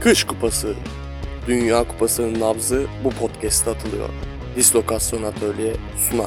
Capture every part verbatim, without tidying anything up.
Kış Kupası, Dünya Kupası'nın nabzı bu podcast'te atılıyor. Dislokasyon Atölye sunar.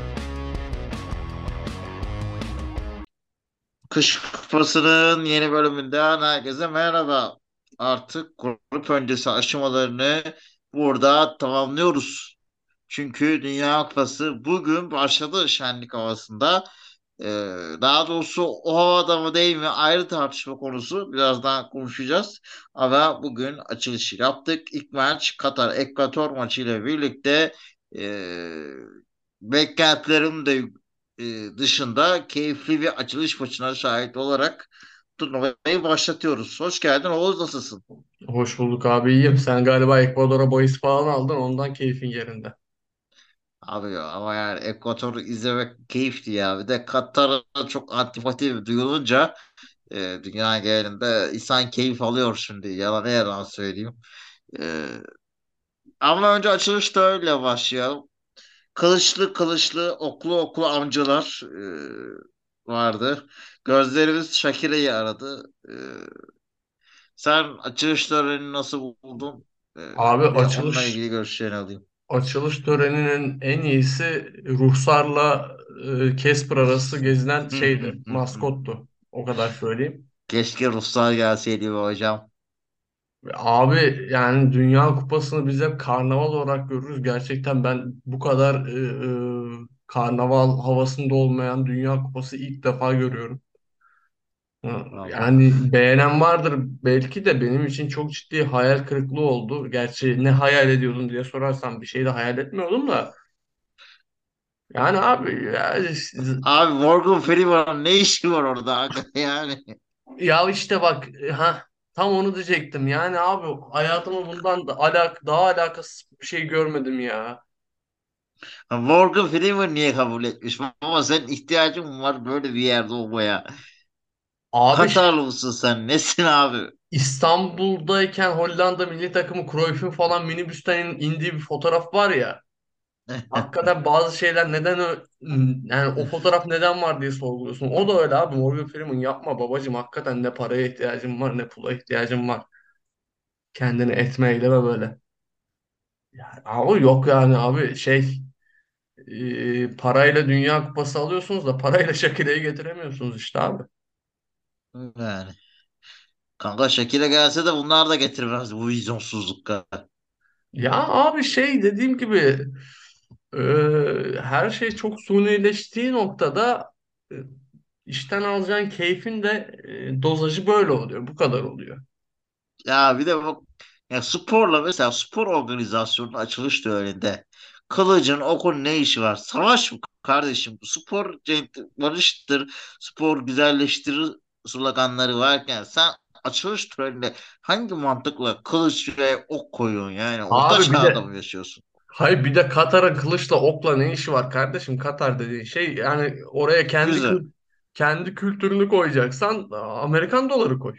Kış Kupası'nın yeni bölümünden herkese merhaba. Artık grup öncesi aşamalarını burada tamamlıyoruz. Çünkü Dünya Kupası bugün başladı şenlik havasında. Ee, Daha doğrusu o havada mı değil mi ayrı tartışma konusu. Birazdan konuşacağız. Ama bugün açılışı yaptık. İlk maç Katar Ekvator maçı ile birlikte e, beklentilerim de e, dışında keyifli bir açılış maçına şahit olarak turnuvayı başlatıyoruz. Hoş geldin Oğuz, nasılsın? Hoş bulduk abi, iyiyim. Sen galiba Ekvador'a bahis falan aldın, ondan keyfin yerinde. Abi ya, ama yani Ekvator'u izlemek keyifli ya. Bir de Katar'a çok antipati duyulunca e, dünya genelinde insan keyif alıyor şimdi. Yalan ne yalan söyleyeyim. E, Ama önce açılışta öyle başlayalım. Kılıçlı kılıçlı oklu oklu amcalar e, vardı. Gözlerimiz Şakire'yi aradı. E, Sen açılış törenini nasıl buldun? E, Abi Bir onunla açılış ilgili görüşlerini alayım. açılış töreninin en iyisi Ruhsar'la e, Casper arası gezilen şeydi. Maskottu. O kadar söyleyeyim. Keşke Ruslar gelseydi be hocam. Abi yani Dünya Kupası'nı biz hep karnaval olarak görürüz. Gerçekten ben bu kadar e, e, karnaval havasında olmayan Dünya Kupası ilk defa görüyorum. Hı, Valla. Yani beğenen vardır belki de benim için çok ciddi hayal kırıklığı oldu. Gerçi ne hayal ediyordun diye sorarsan bir şey de hayal etmiyordum da. Yani abi ya, Abi Morgan Freeman'ın ne işi var orada aga yani? ya işte bak, ha tam onu diyecektim. Yani abi hayatımı bundan da alak daha alakasız bir şey görmedim ya. Morgan Freeman niye kabul etmiş? Ama senin ihtiyacın mı var böyle bir yerde olmaya? Abi ş- Katarlı mısın sen? Nesin abi? İstanbul'dayken Hollanda milli takımı Cruyff'un falan minibüsten indiği bir fotoğraf var ya. Hakikaten bazı şeyler neden ö- yani o fotoğraf neden var diye sorguluyorsun. O da öyle abi. Morgan Freeman yapma babacım. Hakikaten ne paraya ihtiyacım var ne pula ihtiyacım var. Kendini etme eyleme böyle. Yani, abi yok yani abi şey e, parayla Dünya Kupası alıyorsunuz da parayla Şakire'yi getiremiyorsunuz işte abi. Yani. Kanka Shakira gelse de bunlar da getirmez bu vizyonsuzlukla. Ya abi şey dediğim gibi e, her şey çok sunileştiği noktada e, işten alacağın keyfin de e, dozajı böyle oluyor. Bu kadar oluyor. Ya bir de bak, ya sporla mesela spor organizasyonunun açılış töreninde kılıcın okun ne işi var? Savaş mı kardeşim? Spor cenk- barıştır, spor güzelleştirir sloganları varken sen açılış töreninde hangi mantıkla kılıç ve ok koyuyorsun yani? Orta Abi bir çağda de mı yaşıyorsun? hayır bir de Katar'ın kılıçla okla ne işi var kardeşim? Katar dediğin şey yani oraya kendi Güzel. kül kendi kültürünü koyacaksan Amerikan doları koy.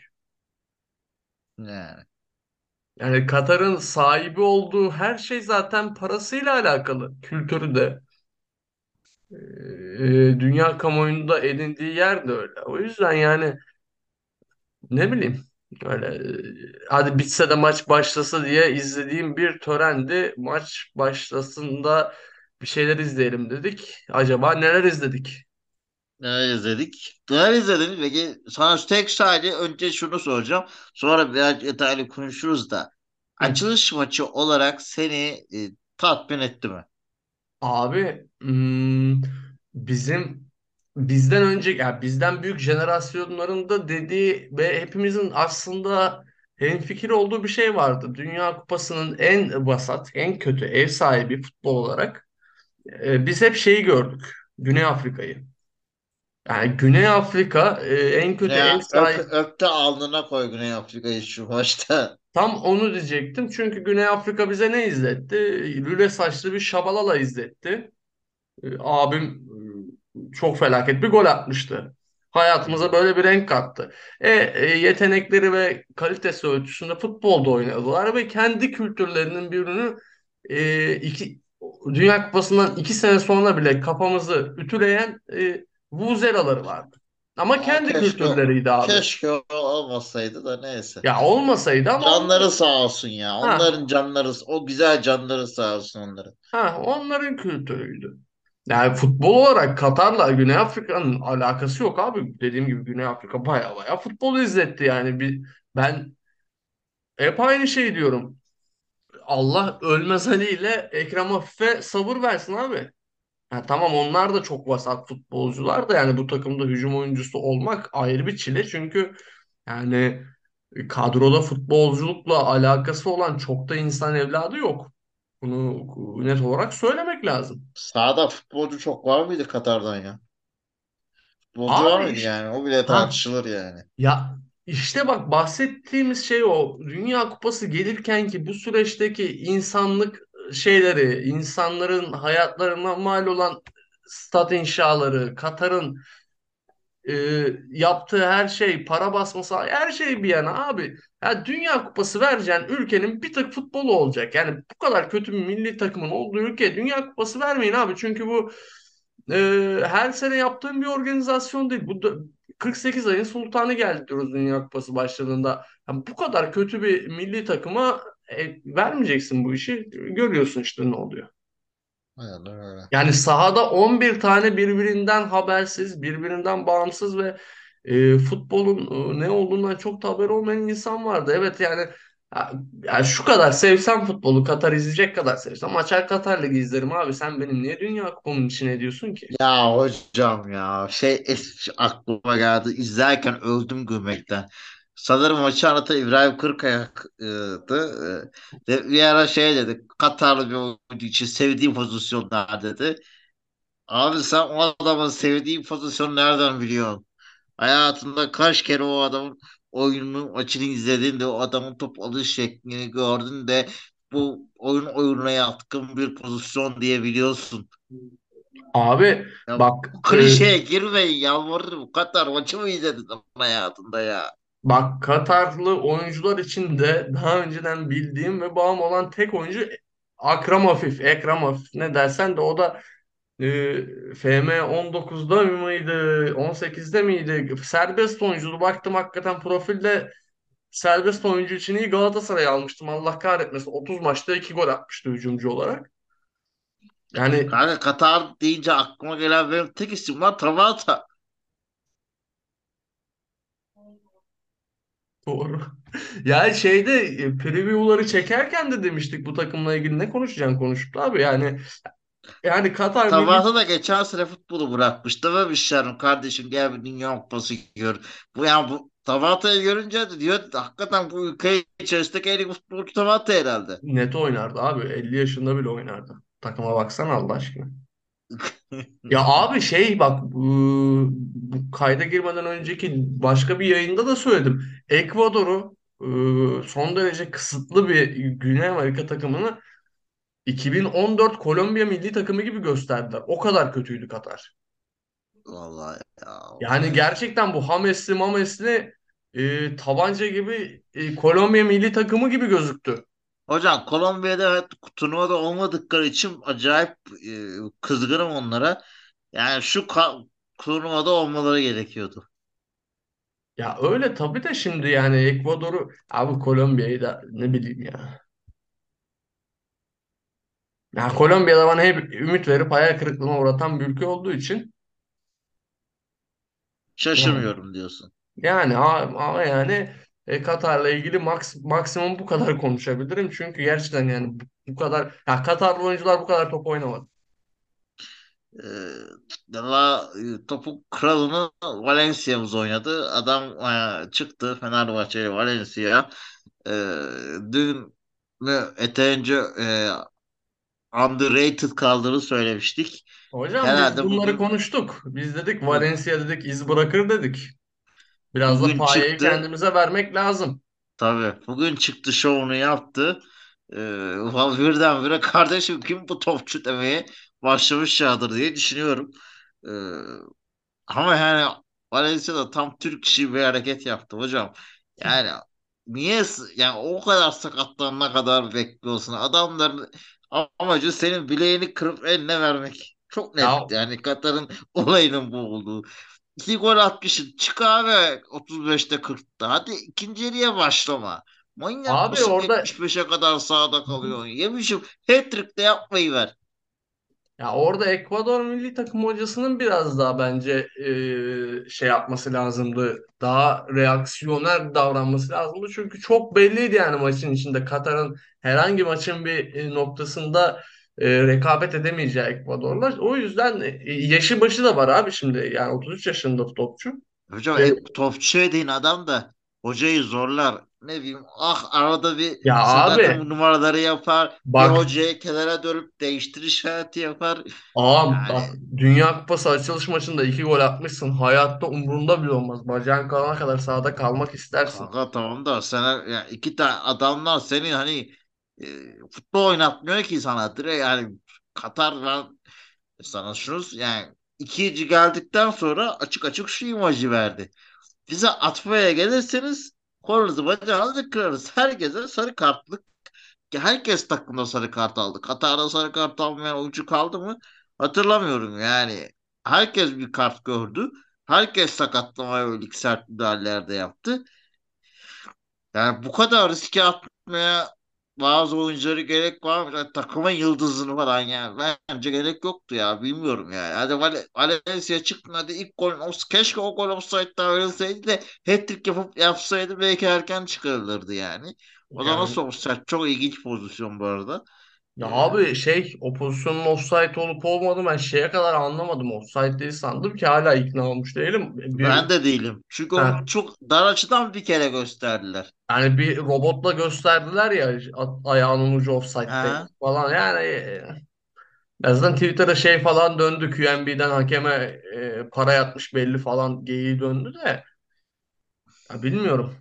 Yani. Yani Katar'ın sahibi olduğu her şey zaten parasıyla alakalı. Kültürü de e, dünya kamuoyunda edindiği yer de öyle. O yüzden yani ne bileyim öyle e, hadi bitse de maç başlasa diye izlediğim bir törendi. Maç başlasında bir şeyler izleyelim dedik. Acaba neler izledik? Neler izledik? Neler izledin? Peki sana tek sadece önce şunu soracağım. Sonra biraz detaylı konuşuruz da. Hı. Açılış maçı olarak seni e, tatmin etti mi? Abi hmm, bizim bizden önce yani bizden büyük jenerasyonların da dediği ve hepimizin aslında hemfikir olduğu bir şey vardı. Dünya Kupası'nın en vasat, en kötü ev sahibi futbol olarak e, biz hep şeyi gördük. Güney Afrika'yı. Yani Güney Afrika e, en kötü ev Ya öp, sahibi. öp de alnına koy Güney Afrika'yı şu maçta. Tam onu diyecektim. Çünkü Güney Afrika bize ne izletti? Lüle saçlı bir şabalala izletti. E, abim e, çok felaket bir gol atmıştı. Hayatımıza böyle bir renk kattı. E, e, yetenekleri ve kalitesi ölçüsünde futbolda oynadılar ve kendi kültürlerinin bir ürünü e, iki, Dünya Kupası'ndan iki sene sonra bile kafamızı ütüleyen e, vuvuzelaları vardı. Ama Aa, kendi keşke kültürleriydi abi. keşke o olmasaydı da neyse. Ya olmasaydı ama Canları onlar, sağ olsun ya. ha Onların canları, o güzel canları sağ olsun onların. ha onların kültürüydü. Yani futbol olarak Katar'la Güney Afrika'nın alakası yok abi. Dediğim gibi Güney Afrika baya baya futbol izletti yani. Bir, ben hep aynı şey diyorum. Allah ölmez Ali ile Ekrem Afife sabır versin abi. Ha, tamam onlar da çok vasat futbolcular da yani bu takımda hücum oyuncusu olmak ayrı bir çile. Çünkü yani kadroda futbolculukla alakası olan çok da insan evladı yok. Bunu net olarak söylemek lazım. Sahada futbolcu çok var mıydı Katar'dan ya? Futbolcu var Abi mıydı işte yani? O bile ha tartışılır yani. ya işte bak bahsettiğimiz şey o. Dünya Kupası gelirken ki bu süreçteki insanlık şeyleri, insanların hayatlarına mal olan stat inşaları, Katar'ın e, yaptığı her şey, para basması, her şey bir yana abi. Ya Dünya Kupası vereceksin ülkenin bir tık futbolu olacak. Yani bu kadar kötü bir milli takımın olduğu ülke Dünya Kupası vermeyin abi. Çünkü bu e, her sene yaptığım bir organizasyon değil. Bu da kırk sekiz ayın sultanı geldi diyoruz Dünya Kupası başladığında. Yani bu kadar kötü bir milli takıma e, vermeyeceksin bu işi. Görüyorsun işte ne oluyor. Aynen öyle. Yani sahada on bir tane birbirinden habersiz, birbirinden bağımsız ve e, futbolun e, ne olduğundan çok da haberi olmayan insan vardı. Evet yani, ya, ya şu kadar sevsem futbolu, Katar izleyecek kadar sevsem açar Katar Ligi izlerim abi. Sen benim niye Dünya Kupamın içine ediyorsun ki? Ya hocam ya şey es aklıma geldi. İzlerken öldüm gülmekten. Sanırım maçı anlatan İbrahim Kırkayak'tı. Ve bir ara şey dedi. Katarlı bir oyuncu için sevdiğim pozisyonlar dedi. Abi sen o adamın sevdiği pozisyonu nereden biliyorsun? Hayatında kaç kere o adamın oyununu maçını izledin de o adamın top alış şeklini gördün de bu oyun oyununa yatkın bir pozisyon diyebiliyorsun. Abi Ya bak bu e, klişeye girmeyin yalvarırım. Bu kadar maçı mı izledin hayatında ya? bak Katarlı oyuncular için de daha önceden bildiğim ve bağım olan tek oyuncu Akram Afif, Ekrem Afif ne dersen de o da e, F M on dokuzda mıydı, on sekizde miydi? Serbest oyunculu. Baktım hakikaten profilde serbest oyuncu için iyi Galatasaray'ı almıştım. Allah kahretmesin. otuz maçta iki gol atmıştı hücumcu olarak. Yani Kanka Katar deyince aklıma gelen benim tek isim var Tabata. doğru. Yani şeyde e, preview'ları çekerken de demiştik bu takımla ilgili ne konuşacaksın konuştuk abi. Yani yani Katar milli. Tabata da geçen sene futbolu bırakmıştı ve bir şey kardeşim gel bir Dünya Kupası gör. Bu yani bu Tabata'yı görünce de diyor hakikaten bu ülke içerisindeki en iyi futbolcu Tabata herhalde. Net oynardı abi. elli yaşında bile oynardı. Takıma baksana Allah aşkına. Ya abi şey bak bu, bu kayda girmeden önceki başka bir yayında da söyledim. Ekvador'u e, son derece kısıtlı bir Güney Amerika takımını iki bin on dört Kolombiya milli takımı gibi gösterdiler. O kadar kötüydü Katar. Vallahi ya. Yani gerçekten bu Hamesli Mamesli e, tabanca gibi e, Kolombiya milli takımı gibi gözüktü. Hocam Kolombiya'da evet turnuvada olmadıkları için acayip e, kızgınım onlara. Yani şu ka- turnuvada olmaları gerekiyordu. Ya öyle tabii de şimdi yani Ekvador'u abi Kolombiya'yı da ne bileyim ya. Ya Kolombiya'da bana hep ümit verip hayal kırıklığına uğratan bir ülke olduğu için yani, Şaşırmıyorum diyorsun. yani a- ama yani e, Katar'la ilgili maks, maksimum bu kadar konuşabilirim. Çünkü gerçekten yani bu, bu kadar ya Katarlı oyuncular bu kadar top oynamadı. E, La, e, topun kralını Valencia'mız oynadı. Adam e, çıktı Fenerbahçe Valencia. E, Dün mü yeterince e, underrated kaldığını söylemiştik. Hocam biz Herhalde bunları bugün konuştuk. Biz dedik bu, Valencia dedik iz bırakır dedik. Biraz da bugün payeyi çıktı. kendimize vermek lazım. Tabii. Bugün çıktı şovunu yaptı. Ee, Birdenbire kardeşim kim bu topçu demeye başlamış yağdır diye düşünüyorum. Ee, Ama yani Valencia da tam Türk işi bir hareket yaptı hocam. Yani niye s- yani o kadar sakatlanana kadar bekliyorsun? Adamların amacı senin bileğini kırıp eline vermek. Çok net Ya yani Katar'ın olayının bu olduğu. İki gol atmışsın. Çık abi otuz beşte kırkta. Hadi ikinci yarıya başlama. Manyak Abi mısın orada yetmiş beşe kadar sahada kalıyorsun? Yemişim. Hat-trick de yapmayı ver. ya orada Ekvador milli takım hocasının biraz daha bence e, şey yapması lazımdı. Daha reaksiyoner davranması lazımdı. Çünkü çok belliydi yani maçın içinde. Katar'ın herhangi maçın bir e, noktasında e, rekabet edemeyeceği Ekvador'la. O yüzden e, yaşı başı da var abi şimdi. Yani otuz üç yaşında topçu. Hocam E, e, topçu dediğin adam da hocayı zorlar. Ne bileyim ah arada bir ya abi sakatım numaraları yapar. Bir bak hocaya kenara dönüp değiştir işareti yapar. Aa Yani bak Dünya Kupası açılış maçında iki gol atmışsın. Hayatta umrunda bile olmaz. Bacağın kalana kadar sahada kalmak istersin. kanka tamam da sana ya iki tane adamlar seni hani e, futbol oynatmıyor ki sana. Direkt yani Katar'la sana şunu yani ikinci geldikten sonra açık açık şu imajı verdi. Bize atmaya gelirseniz kolunuzu bacağınızı kırarız. Herkese sarı kartlık. Herkes takımda sarı kart aldı. Katar'da sarı kart almayan oyuncu kaldı mı? Hatırlamıyorum yani. Herkes bir kart gördü. Herkes sakatlamaya yönelik sert müdahaleler de yaptı. Yani bu kadar riske atmaya bazı oyuncuları gerek var mı? Yani takımın yıldızını falan yani. Bence gerek yoktu ya. Bilmiyorum yani. Hadi Val Valencia çıktı. Hadi ilk gol. Keşke o gol offside'da verilseydi de hat-trick yapıp yapsaydı belki erken çıkarılırdı yani. O da Yani nasıl offside? Çok ilginç pozisyon bu arada. ya Ee, abi şey o pozisyonun offside olup olmadı ben şeye kadar anlamadım. Offside değil sandım ki hala ikna olmuş değilim. Bir ben de değilim. Çünkü ha, onu çok dar açıdan bir kere gösterdiler. yani bir robotla gösterdiler ya at- ayağının ucu offside'deydi Ha? falan yani e, birazdan Twitter'da şey falan döndü Q N B'den hakeme e, para yatmış belli falan geyiği döndü de ya bilmiyorum.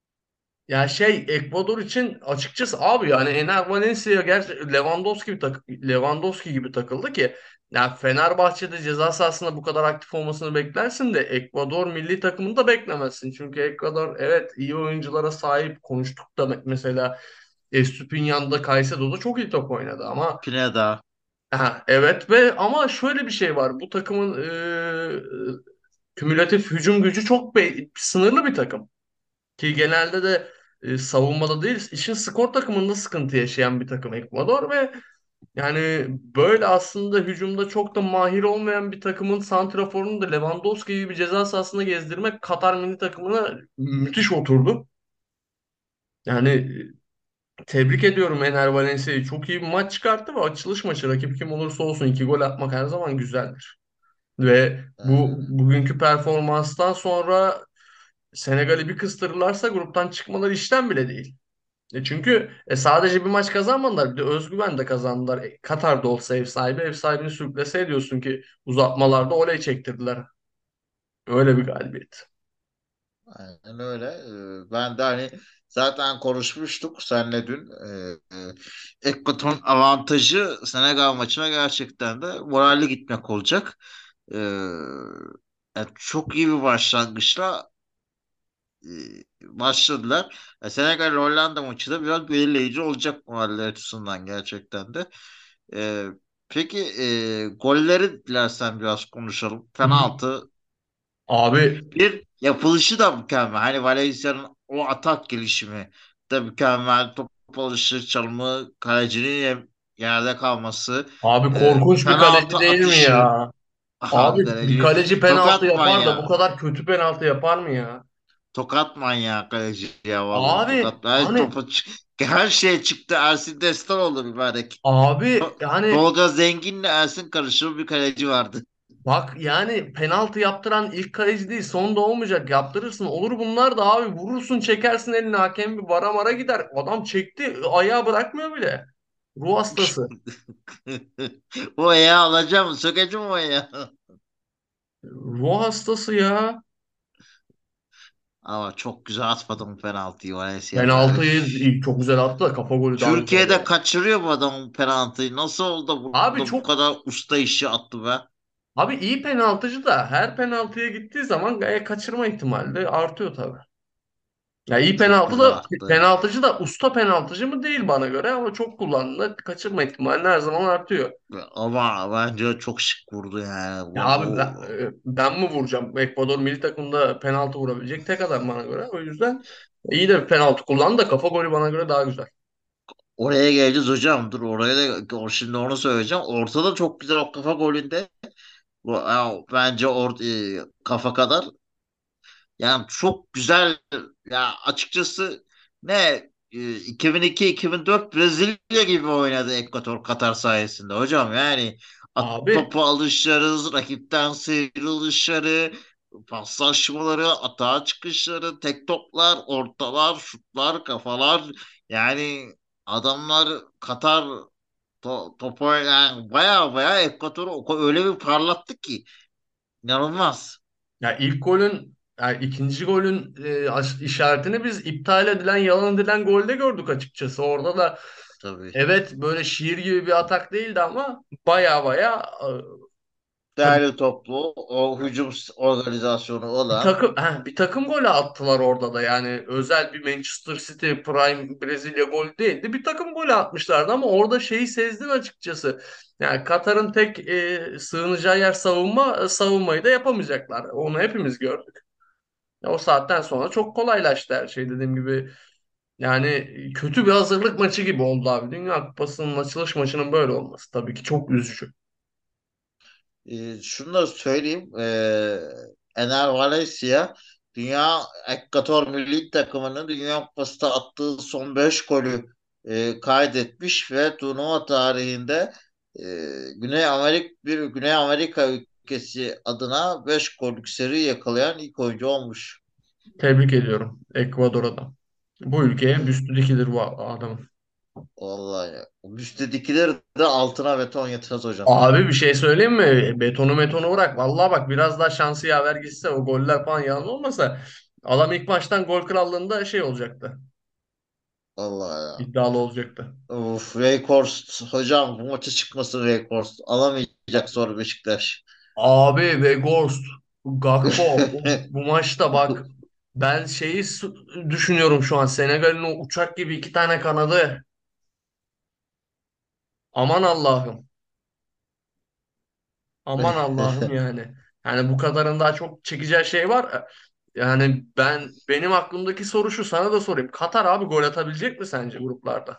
Ya şey Ekvador için açıkçası abi yani Ener Valencia gerçekten Lewandowski gibi, tak Lewandowski gibi takıldı ki ya Fenerbahçe'de ceza sahasında bu kadar aktif olmasını beklersin de Ekvador milli takımında beklemezsin. Çünkü Ekvador evet iyi oyunculara sahip konuştuk da mesela Estupiñan'da Caicedo'da çok iyi top oynadı ama Pineda. ha, evet ve ama şöyle bir şey var bu takımın e, kümülatif hücum gücü çok be- sınırlı bir takım. Ki genelde de e, savunmada değil, işin skor takımında sıkıntı yaşayan bir takım Ekvador ve yani böyle aslında hücumda çok da mahir olmayan bir takımın santraforunu da Lewandowski gibi bir ceza sahasında gezdirmek Katar milli takımına müthiş oturdu. Yani e, tebrik ediyorum Ener Valencia'yı. Çok iyi bir maç çıkarttı ve açılış maçı rakip kim olursa olsun iki gol atmak her zaman güzeldir. Ve bu Ee, bugünkü performanstan sonra Senegal'i bir kıstırırlarsa gruptan çıkmaları işten bile değil. E çünkü e, sadece bir maç kazanmadılar. Bir de özgüven de kazandılar. E, Katar'da olsa ev sahibi, ev sahibini sürüklese ediyorsun ki uzatmalarda oley çektirdiler. Öyle bir galibiyet. Aynen öyle. Ee, Ben de hani zaten konuşmuştuk senle dün. Ee, e, Ekvator'un avantajı Senegal maçına gerçekten de moralli gitmek olacak. Ee, yani çok iyi bir başlangıçla e, başladılar. E, Senegal Hollanda maçı da biraz belirleyici olacak moraller açısından gerçekten de. Ee, peki e, golleri dilersen biraz konuşalım. Hı hı. Penaltı Abi bir yapılışı da mükemmel. Hani Valencia'nın o atak gelişimi de mükemmel. Top alışı, çalımı, kalecinin ye- yerde kalması, abi e, korkunç bir penaltı kaleci değil mi atışı ya? Abi bir hangi kaleci penaltı tokat yapar da bu manyağı. kadar kötü penaltı yapar mı ya? Tokat manyağı kaleci ya vallahi Abi tokat. Her hani topa çık- her şeye çıktı. Ersin Destanoğlu mübarek. abi To- yani Tolga Zengin'le Ersin karışımı bir kaleci vardı. bak yani penaltı yaptıran ilk kaleci değil son da olmayacak yaptırırsın olur bunlar da abi vurursun çekersin elini hakem bir vara mara gider adam çekti ayağı bırakmıyor bile ruh hastası O ayağı alacağım. Sökeceğim o ayağı. ruh hastası ya Ama çok güzel atmadı bu penaltıyı Valencia'da. penaltıyı Üf. ilk çok güzel attı da kafa golü daha güzel Türkiye'de ya. kaçırıyor bu adam penaltıyı. Nasıl oldu da Abi burada bu çok kadar usta işi attı be? abi iyi penaltıcı da her penaltıya gittiği zaman gayet kaçırma ihtimali de artıyor tabii. Ya iyi Çok penaltı güzel da attı. penaltıcı da usta penaltıcı mı değil bana göre ama çok kullandığında kaçırma ihtimali her zaman artıyor. Ama bence çok şık vurdu yani. Ya O, abi ben, o- e, ben mi vuracağım? Ekvador milli takımda penaltı vurabilecek tek adam bana göre. O yüzden iyi de bir penaltı kullandı da kafa golü bana göre daha güzel. oraya geleceğiz hocam. Dur oraya da o- şimdi onu söyleyeceğim. Ortada çok güzel o kafa golünde. Bu, ya, bence or, e, kafa kadar. Yani çok güzel ya açıkçası ne e, iki bin iki-iki bin dört Brezilya gibi oynadı Ekvator Katar sayesinde hocam. Yani at, Abi topu alışları, rakipten sıyrılışları, paslaşmaları, atağa çıkışları, tek toplar, ortalar, şutlar, kafalar. Yani adamlar Katar to, topu yani baya baya Ekvator'u o- öyle bir parlattı ki inanılmaz. ya ilk golün yani ikinci golün e, aş- işaretini biz iptal edilen, yalan edilen golde gördük açıkçası. Orada da Tabii. evet böyle şiir gibi bir atak değildi ama baya baya tabii Değerli toplu o hücum organizasyonu bir olan takım heh, bir takım golü attılar orada da. Yani özel bir Manchester City Prime Brezilya golü değildi. Bir takım golü atmışlardı ama orada şeyi sezdin açıkçası. Yani Katar'ın tek e, sığınacağı yer savunma, savunmayı da yapamayacaklar. Onu hepimiz gördük. Ya o saatten sonra çok kolaylaştı her şey dediğim gibi. Yani kötü bir hazırlık maçı gibi oldu abi. Dünya Kupası'nın açılış maçının böyle olması tabii ki çok üzücü. e, şunu da söyleyeyim e, Ener Valencia Dünya Ekvator milli takımının Dünya Kupası'nda attığı son beş golü e, kaydetmiş ve turnuva tarihinde e, Güney Amerika bir Güney Amerika ülkesi adına beş gollük seri yakalayan ilk oyuncu olmuş. Tebrik ediyorum Ekvador'a da. Bu ülkeye büstü dikilir bu adamın. Vallahi ya. Üsttekileri de altına beton yatıracağız hocam. Abi bir şey söyleyeyim mi? Betonu metonu bırak. Vallahi bak biraz daha şansı yaver gitse o goller falan yalan olmasa adam ilk maçtan gol krallığında şey olacaktı. Vallahi ya. İddialı olacaktı. Of, Weghorst hocam bu maça çıkmasın Weghorst. Alamayacak sonra Beşiktaş. Abi Weghorst, Gakpo uf, bu maçta bak ben şeyi s- düşünüyorum şu an Senegal'in o uçak gibi iki tane kanadı. Aman Allah'ım. Aman Allah'ım yani. Yani bu kadarın daha çok çekeceği şey var. Yani ben benim aklımdaki soru şu sana da sorayım. Katar abi gol atabilecek mi sence gruplarda?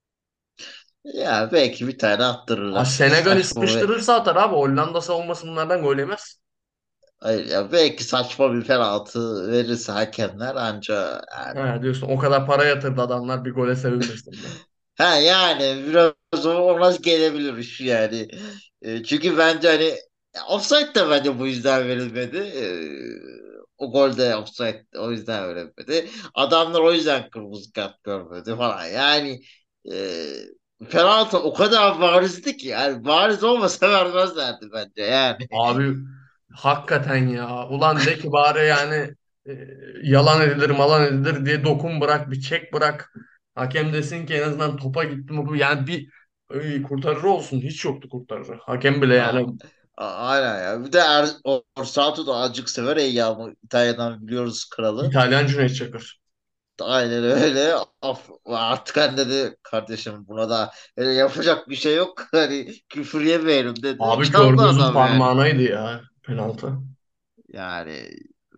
Ya belki bir tane Aa, attırırlar. Senegal'i Saçma ve sıkıştırırsa atar abi. Hollanda savunması bunlardan gol yemez. hayır ya belki saçma bir penaltı verirse hakemler anca yani. He, diyorsun o kadar para yatırdı adamlar bir gole sevinmesin mi? Ha yani biraz o- ona gelebilir iş yani. E, çünkü bence hani ya offside de bence bu yüzden verilmedi. E, o gol de offside o yüzden verilmedi. Adamlar o yüzden kırmızı kart görmedi falan. Yani e, penaltı o kadar barizdi ki yani bariz olmasa vermezlerdi bence yani. Abi hakikaten ya. Ulan de ki bari yani e, yalan edilir malan edilir diye dokun bırak bir çek bırak. Hakem desin ki en azından topa gitti mi bu yani bir e, kurtarıcı olsun. Hiç yoktu kurtarıcı. Hakem bile A- yani a- Aynen ya. Bir de er, Orsato da azıcık sever Eyyam'ı. İtalya'dan biliyoruz kralı. İtalyan Cüneyt Çakır. Aynen öyle. Af, artık hani dedi kardeşim buna da öyle yapacak bir şey yok. Hani küfür yemeyelim dedi. Abi kör Çaldı gözün adam yani. parmağınaydı ya penaltı. Yani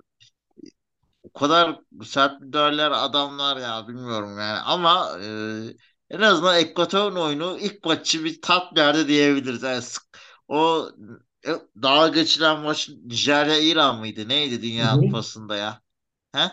o kadar sert müdahaleler adamlar ya bilmiyorum yani. Ama e, en azından Ekvator'un oyunu ilk maçı bir tat verdi diyebiliriz. Yani sık- o e, daha geçilen maç Nijerya-İran mıydı? Neydi Hı Dünya hı. Kupası'nda ya? He?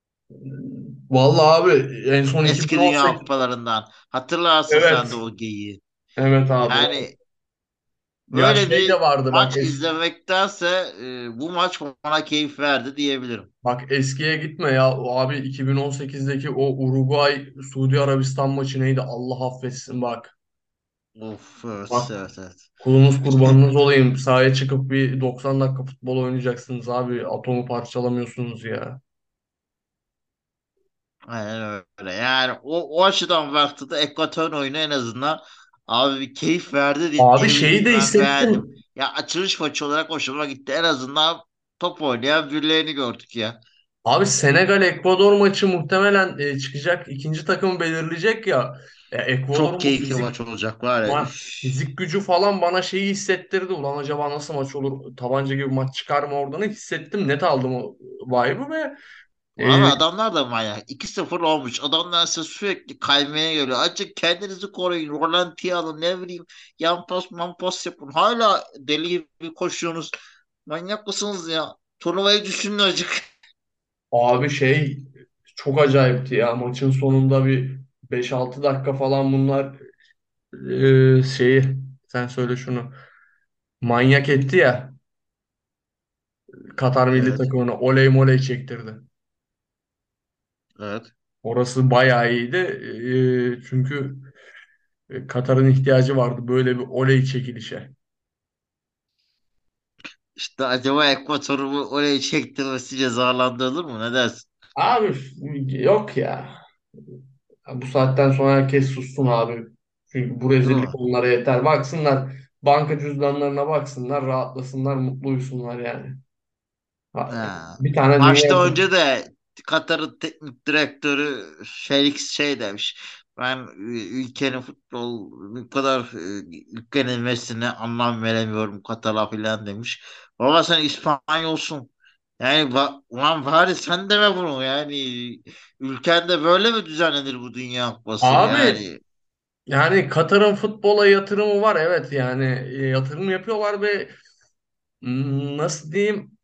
Vallahi abi en son Eski Dünya iki bin on sekiz. Kupalarından. Hatırlarsın sen de Evet. o geyiği. Evet abi. Yani Ya böyle şey de bir vardı bak maç eski. izlemektense e, bu maç bana keyif verdi diyebilirim. Bak eskiye gitme ya. O abi iki bin on sekizdeki o Uruguay Suudi Arabistan maçı neydi? Allah affetsin bak. Of evet Bak evet evet. kulunuz kurbanınız olayım. Sahaya çıkıp bir doksan dakika futbol oynayacaksınız abi. Atomu parçalamıyorsunuz ya. Aynen öyle. Yani o, o açıdan baktığında Ekvator oyunu en azından abi bir keyif verdi diye- Abi şeyi diyebilirim. de Ben beğendim. hissettim. Ya açılış maçı olarak hoşuma gitti. En azından top oynayan birilerini gördük ya. Abi Senegal Ekvador maçı muhtemelen e, çıkacak ikinci takımı belirleyecek ya. E, Çok Ekvador'un bu keyifli fizik maç olacak var ya. ma- Üf. fizik gücü falan bana şeyi hissettirdi. Ulan acaba nasıl maç olur? Tabanca gibi maç çıkar mı oradan hissettim. Net aldım o vibe'ı ve Abi e, adamlar da manyak. iki sıfır olmuş. Adamlar size sürekli kaymaya geliyor. Azıcık kendinizi koruyun. Rolantiye alın. Ne bileyim. Yan pas man pas yapın. Hala deli gibi koşuyorsunuz. Manyak mısınız ya? Turnuvayı düşünün azıcık. abi şey çok acayipti ya. Maçın sonunda bir beş altı dakika falan bunlar e, şeyi sen söyle şunu manyak etti ya Katar milli Evet. takımına oley moley çektirdi. Evet. Orası bayağı iyiydi. E, çünkü e, Katar'ın ihtiyacı vardı böyle bir oley çekilişe. İşte acaba Ekvator'u bu oraya çektirmesi cezalandırılır mı? Ne dersin? Abi yok ya. Bu saatten sonra herkes sussun abi. Çünkü bu Değil rezillik mi? onlara yeter. Baksınlar banka cüzdanlarına baksınlar, rahatlasınlar, mutlu uyusunlar yani. Ha, Ha. bir tane dünya Maçta önce de Katar'ın teknik direktörü Felix şey demiş. Ben e, ülkenin futbol bu kadar e, ülkenin anlam veremiyorum Katar'a falan demiş. Baba sen İspanyolsun. Yani va ulan bari sen deme bunu yani ülkende böyle mi düzenlenir bu Dünya Kupası abi yani yani Katar'ın futbola yatırımı var evet yani e, yatırım yapıyorlar ve mm, nasıl diyeyim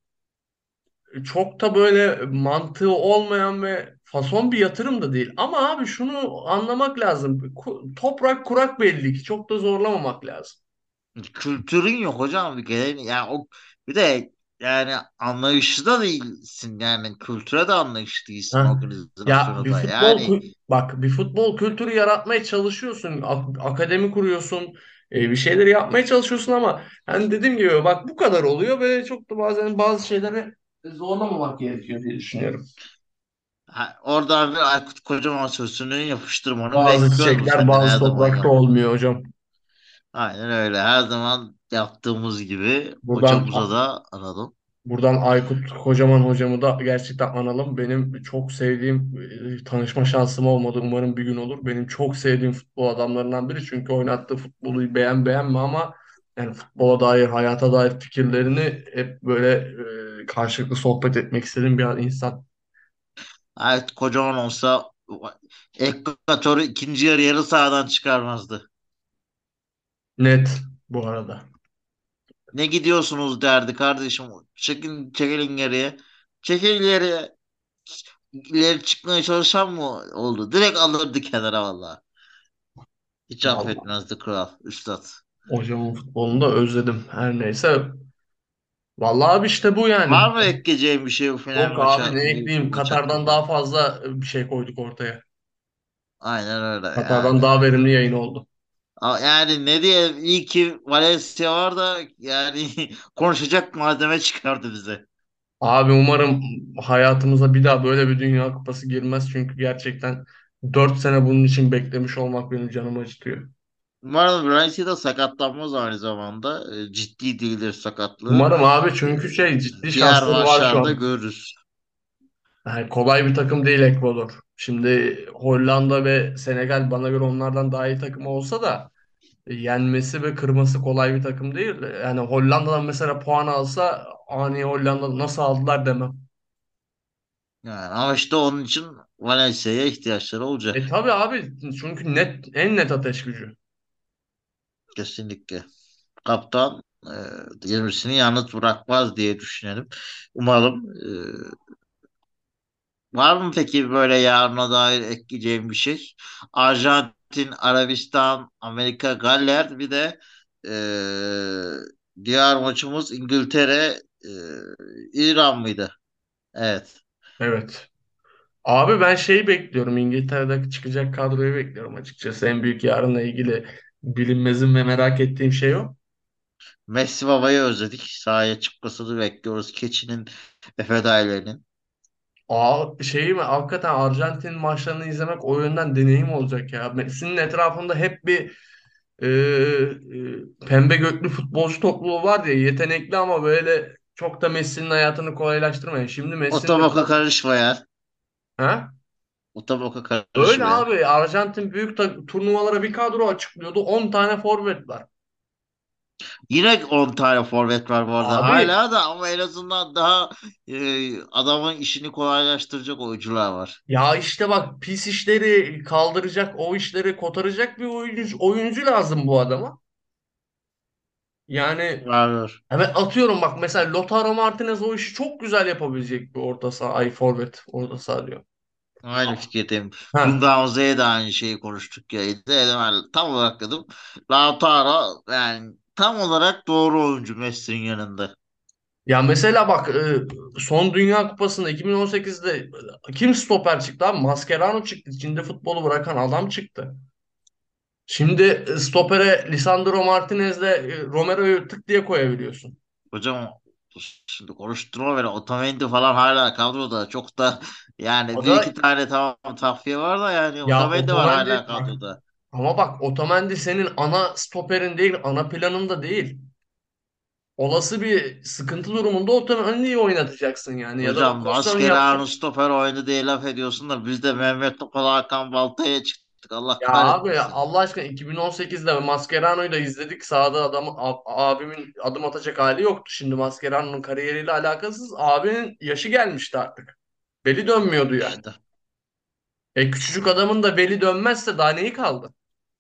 çok da böyle mantığı olmayan ve fason bir yatırım da değil. Ama abi şunu anlamak lazım. Ku- Toprak kurak belli ki çok da zorlamamak lazım. kültürün yok hocam bir kere yani o bir de yani anlayışlı da değilsin yani kültüre de anlayışlı değilsin Ha. Ya organizasyonu bir da futbol yani kü- bak bir futbol kültürü yaratmaya çalışıyorsun. Ak- akademi kuruyorsun. e, bir şeyleri yapmaya çalışıyorsun ama hani dediğim gibi bak bu kadar oluyor ve çok da bazen bazı şeyleri zorlamamak gerekiyor diye düşünüyorum. ha, oradan bir Aykut Kocaman sözünü yapıştırmanı Bazı bekliyorum çiçekler senden bazı her zaman toprakta yap. olmuyor hocam. Aynen öyle her zaman yaptığımız gibi Buradan hocamıza da analım. Buradan Aykut Kocaman hocamı da gerçekten analım. Benim çok sevdiğim e, tanışma şansım olmadı. Umarım bir gün olur. Benim çok sevdiğim futbol adamlarından biri. Çünkü oynattığı futbolu beğen beğenme ama yani futbola dair, hayata dair fikirlerini hep böyle e, karşılıklı sohbet etmek istediğim bir insan. Aykut Kocaman olsa Ekvador'u ikinci yarı yarı sahadan çıkarmazdı. Net bu arada. Ne gidiyorsunuz derdi kardeşim. Çekin, çekilin geriye. Çekil geriye. İleri çıkmaya çalışan mı oldu? Direkt alırdı kenara valla. Hiç Vallahi affetmezdi kral, üstad. hocamın futbolunu da özledim. Her neyse. Vallahi abi işte bu yani. Var mı ekleyeceğim bir şey bu final Yok abi maça, ne bu ekleyeyim? maç Katar'dan hakkında? daha fazla bir şey koyduk ortaya. Aynen öyle Katar'dan yani. daha verimli yayın oldu. A- Yani ne diye iyi ki Valencia var da yani konuşacak malzeme çıkardı bize. Abi umarım hayatımıza bir daha böyle bir Dünya Kupası girmez. Çünkü gerçekten dört sene bunun için beklemiş olmak benim canımı acıtıyor. Umarım Valencia da sakatlanmaz aynı zamanda. E, Ciddi değildir sakatlığı. Umarım abi E, çünkü şey ciddi Diğer şansları var şu maçlarda an. görürüz. Yani kolay bir takım değil Ekvador. Şimdi Hollanda ve Senegal bana göre onlardan daha iyi takım olsa da e, yenmesi ve kırması kolay bir takım değil. Yani Hollanda'dan mesela puan alsa ani Hollanda nasıl aldılar demem. Yani ama işte onun için Valencia'ya ihtiyaçları E olacak. tabii abi çünkü net en net ateş gücü. Kesinlikle. Kaptan e, yirmisini yalnız bırakmaz diye düşünelim. Umarım. E, var mı peki böyle yarına dair ekleyeceğim bir şey? Arjantin, Arabistan, Amerika, Galler bir de e, diğer maçımız İngiltere, e, İran mıydı? Evet. Evet. Abi ben şeyi bekliyorum. İngiltere'de çıkacak kadroyu bekliyorum açıkçası. En büyük yarınla ilgili bilinmezim ve merak ettiğim şey o. Messi babayı özledik. Sahaya çıkmasını bekliyoruz. Keçi'nin, Efe Dayıları'nın. Aa, şeyi mi? Hakikaten Arjantin maçlarını izlemek o yönden deneyim olacak ya. Messi'nin etrafında hep bir e, e, pembe götlü futbolcu topluluğu var ya. Yetenekli ama böyle çok da Messi'nin hayatını kolaylaştırmayın. Şimdi O Messi'nin de tabaka karışma ya. ha? O tabaka Öyle karışma ya. abi. Arjantin büyük ta- turnuvalara bir kadro açıklıyordu. on tane forvet var. Yine on tane forvet var bu arada Abi hala da, ama en azından daha e, adamın işini kolaylaştıracak oyuncular var. ya işte bak, pis işleri kaldıracak, o işleri kotaracak bir oyuncu, oyuncu lazım bu adama. Yani Var var. evet, atıyorum bak, mesela Lautaro Martinez o işi çok güzel yapabilecek bir orta saha. Ay, forvet orta saha diyor. Aynı fikirdeyim. Ha. Dungamze'ye de aynı şeyi konuştuk ya. Dedim, tam olarak dedim. Lautaro yani tam olarak doğru oyuncu Messi'nin yanında. Ya mesela bak, e, son Dünya Kupası'nda iki bin on sekizde kim stoper çıktı abi? Mascherano çıktı. Çin'de futbolu bırakan adam çıktı. Şimdi e, stopere Lisandro Martinez'le e, Romero'yu tık diye koyabiliyorsun. Hocam şimdi konuşturma beni. Otamendi falan hala kadroda. Çok da O yani bir da iki tane tamam takviye var da, yani ya Otamendi var Otamendi hala bak, kadroda. ama bak, Otamendi senin ana stoperin değil, ana planında değil. Olası bir sıkıntı durumunda Otamendi'yi oynatacaksın yani, ya da Hocam rotasyon Mascherano yapacaksın. stoper oyunu diye laf ediyorsun da biz de Mehmet Topal Hakan Balta'ya çıktık. Allah Ya abi, kahretmesin. Allah aşkına, iki bin on sekizde Mascherano'yu da izledik. Sahada adam, a- abimin adım atacak hali yoktu. Şimdi Mascherano'nun kariyeriyle alakasız. Abinin yaşı gelmişti artık. Beli dönmüyordu yani. İşte. E, küçücük adamın da beli dönmezse daha neyi kaldı?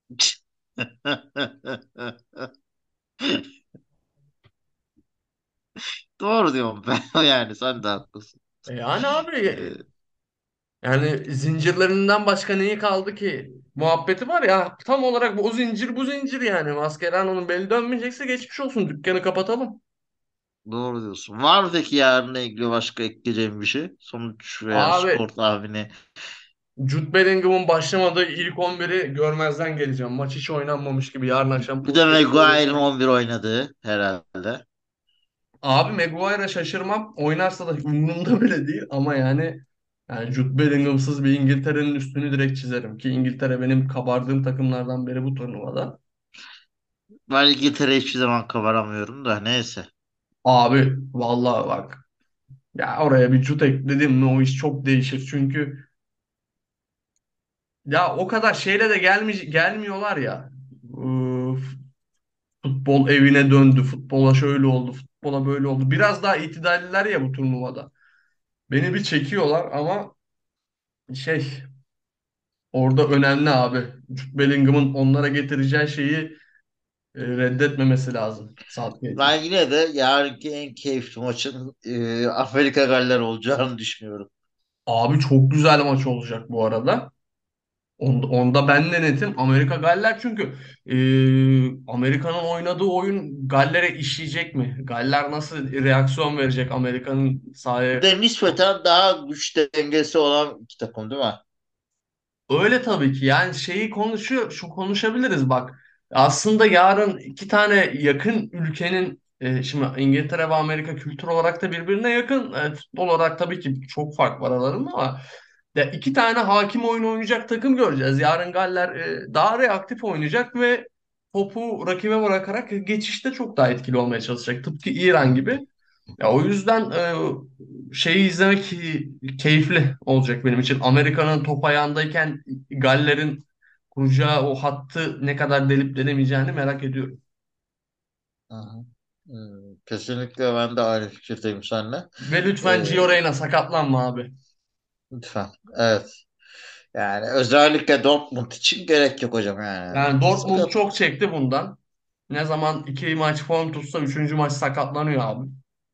Doğru diyorum ben. Yani sen de haklısın. E yani Ee, abi, yani zincirlerinden başka neyi kaldı ki? Muhabbeti var ya, tam olarak bu, o zincir bu zincir yani. Mascherano'nun beli dönmeyecekse geçmiş olsun, dükkanı kapatalım. doğru diyorsun. Var mı peki yarınla ilgili başka ekleyeceğim bir şey? Sonuç veya Abi, skor tahmini. Jude Bellingham'ın başlamadığı ilk on biri görmezden geleceğim. Maç hiç oynanmamış gibi yarın akşam Bir de podcast Maguire'ın söyleyeceğim. on bir oynadığı herhalde. Abi, Maguire'a şaşırmam. Oynarsa da umurumda bile değil, ama yani yani Jude Bellingham'sız bir İngiltere'nin üstünü direkt çizerim ki İngiltere benim kabardığım takımlardan biri bu turnuvada. Ben İngiltere'yi hiçbir zaman kabaramıyorum da neyse. Abi vallahi bak, ya oraya bir Jude ekledim mi o iş çok değişir. Çünkü ya o kadar şeyle de gelmi gelmiyorlar ya. Üf, futbol evine döndü. Futbola şöyle oldu. Futbola böyle oldu. Biraz daha itidalliler ya bu turnuvada. Beni bir çekiyorlar ama şey, orada önemli abi. Jude Bellingham'ın onlara getireceği şeyi e, reddetmemesi lazım Southgate'in. Ben yine de yarınki en keyifli maçın e, Amerika Galler olacağını düşünüyorum. Abi çok güzel maç olacak bu arada. Onda, onda ben de netim. Amerika Galler, çünkü e, Amerika'nın oynadığı oyun Galler'e işleyecek mi? Galler nasıl reaksiyon verecek Amerika'nın Bir sahaya? de nispeten daha güç dengesi olan iki takım değil mi? Öyle tabii ki. Yani şeyi konuşuyor, şu konuşabiliriz bak. Aslında yarın iki tane yakın ülkenin, e, şimdi İngiltere ve Amerika kültür olarak da birbirine yakın. E, futbol olarak tabii ki çok fark var aralarında, ama ya iki tane hakim oyun oynayacak takım göreceğiz. Yarın Galler e, daha reaktif oynayacak ve topu rakibe bırakarak geçişte çok daha etkili olmaya çalışacak. Tıpkı İran gibi. Ya o yüzden e, şeyi izlemek keyifli olacak benim için. Amerika'nın top ayağındayken Galler'in kuracağı o hattı ne kadar delip delemeyeceğini merak ediyorum. Hı hı. Hmm, kesinlikle ben de aynı fikirdeyim seninle. Ve lütfen Ee, Gio Reyna sakatlanma abi. lütfen. Evet. Yani özellikle Dortmund için gerek yok hocam yani. Yani Dortmund Sakat. çok çekti bundan. Ne zaman iki maç form tutsa üçüncü maç sakatlanıyor abi.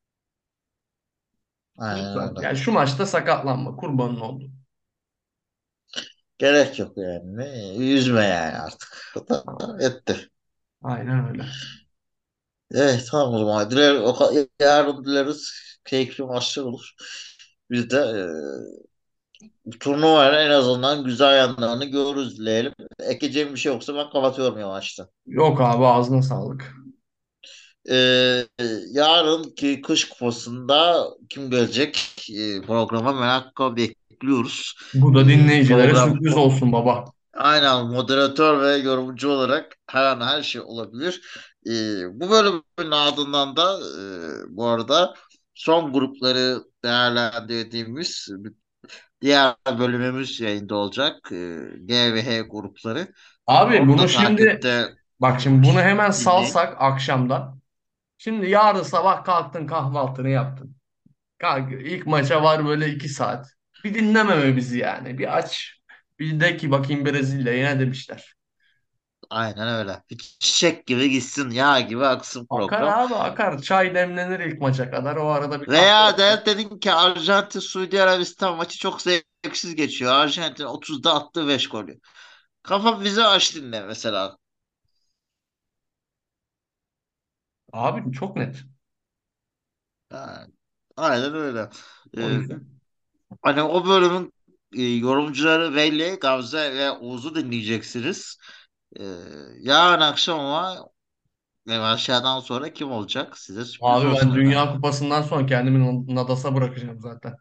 Aynen Lütfen. öyle. Yani şu maçta sakatlanma. Kurbanın oldu. Gerek yok yani. Ne? Yüzme yani artık. O da etti. Aynen öyle. Evet tamam o zaman. Diler, o, ka- yarın dileriz keyifli maçlar olur. Biz de e, turnuvanın en azından güzel yanlarını görürüz dileyelim. Ekeceğim bir şey yoksa ben kapatıyorum yavaştan. Yok abi, ağzına sağlık. Ee, yarınki kış kupasında kim gelecek Ee, programa merakla bekliyoruz. Bu da Ee, dinleyicilere program sürpriz olsun baba. aynen moderatör ve yorumcu olarak her an her şey olabilir. Ee, bu bölümün ardından da e, bu arada son grupları değerlendirdiğimiz diğer bölümümüz yayında olacak. Ee, G ve H grupları. Abi Onu bunu da şimdi takipte bak şimdi bunu hemen dinleyin. salsak akşamda. Şimdi yarın sabah kalktın kahvaltını yaptın. Kalk, ilk maça var böyle iki saat. Bir dinlememe bizi yani. Bir aç. Bir de ki bakayım Brezilya'ya ne demişler. Aynen öyle. Bir çiçek gibi gitsin, yağ gibi aksın Akar program. abi akar. Çay demlenir ilk maça kadar. O arada bir kahve Veya yapar. de dedin ki Arjantin Suudi Arabistan maçı çok zevksiz geçiyor. Arjantin otuzda attı beş golü. Kafa bizi aç dinle mesela. Abi çok net. Ha, aynen öyle. O Ee, yüzden. hani o bölümün e, yorumcuları Veli, Gamze ve Oğuz'u dinleyeceksiniz. Ee, yarın akşam ama ve aşağıdan sonra kim olacak? Size sürpriz Abi ben olsun Dünya efendim. Kupası'ndan sonra kendimi Nadas'a bırakacağım zaten.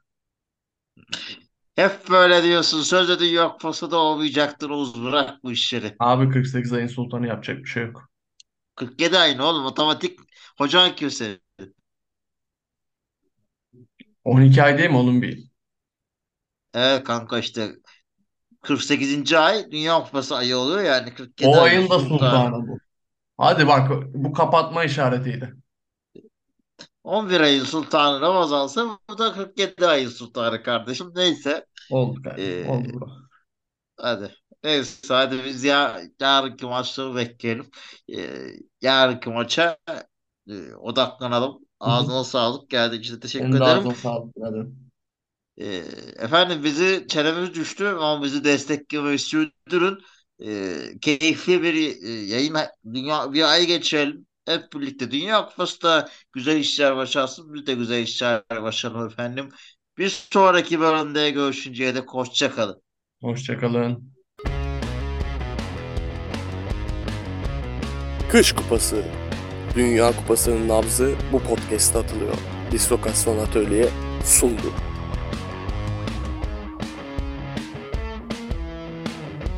Hep böyle diyorsun. Sözde Dünya Kupası da olmayacaktır. Oğuz bırak bu işleri. Abi kırk sekiz ayın sultanı yapacak bir şey yok. kırk yedi ay ne oğlum? Matematik hocan kimse. on iki ay değil mi onun bir? Evet kanka işte kırk sekizinci ay Dünya Kupası ayı oluyor yani kırk yedi O ayın ayın da sultanı. sultanı bu. Hadi bak bu kapatma işaretiydi. on bir ayın sultanı Ramazan'sa bu da kırk yedi ayın sultanı kardeşim. Neyse. Oldu kardeşim Ee, oldu bro. hadi. Neyse hadi biz ya yarınki maçları bekleyelim. Ee, yarınki maça e, odaklanalım. Hı hı. Ağzına sağlık. Geldiğin için teşekkür Senin de ederim. ağzına sağlık birader. Ee, efendim bizi çenemiz düştü ama bizi desteklemeyi sürdürün. Ee, keyifli bir e, yayın dünya bir ay geçirelim. Hep birlikte Dünya Kupası da güzel işler başarsın. Biz de güzel işler başaralım efendim. Bir sonraki bölümde görüşünceye dek hoşça kalın. Hoşçakalın. Kış Kupası. Dünya Kupası'nın nabzı bu podcast'ta atılıyor. Dislokasyon Atölye sundu.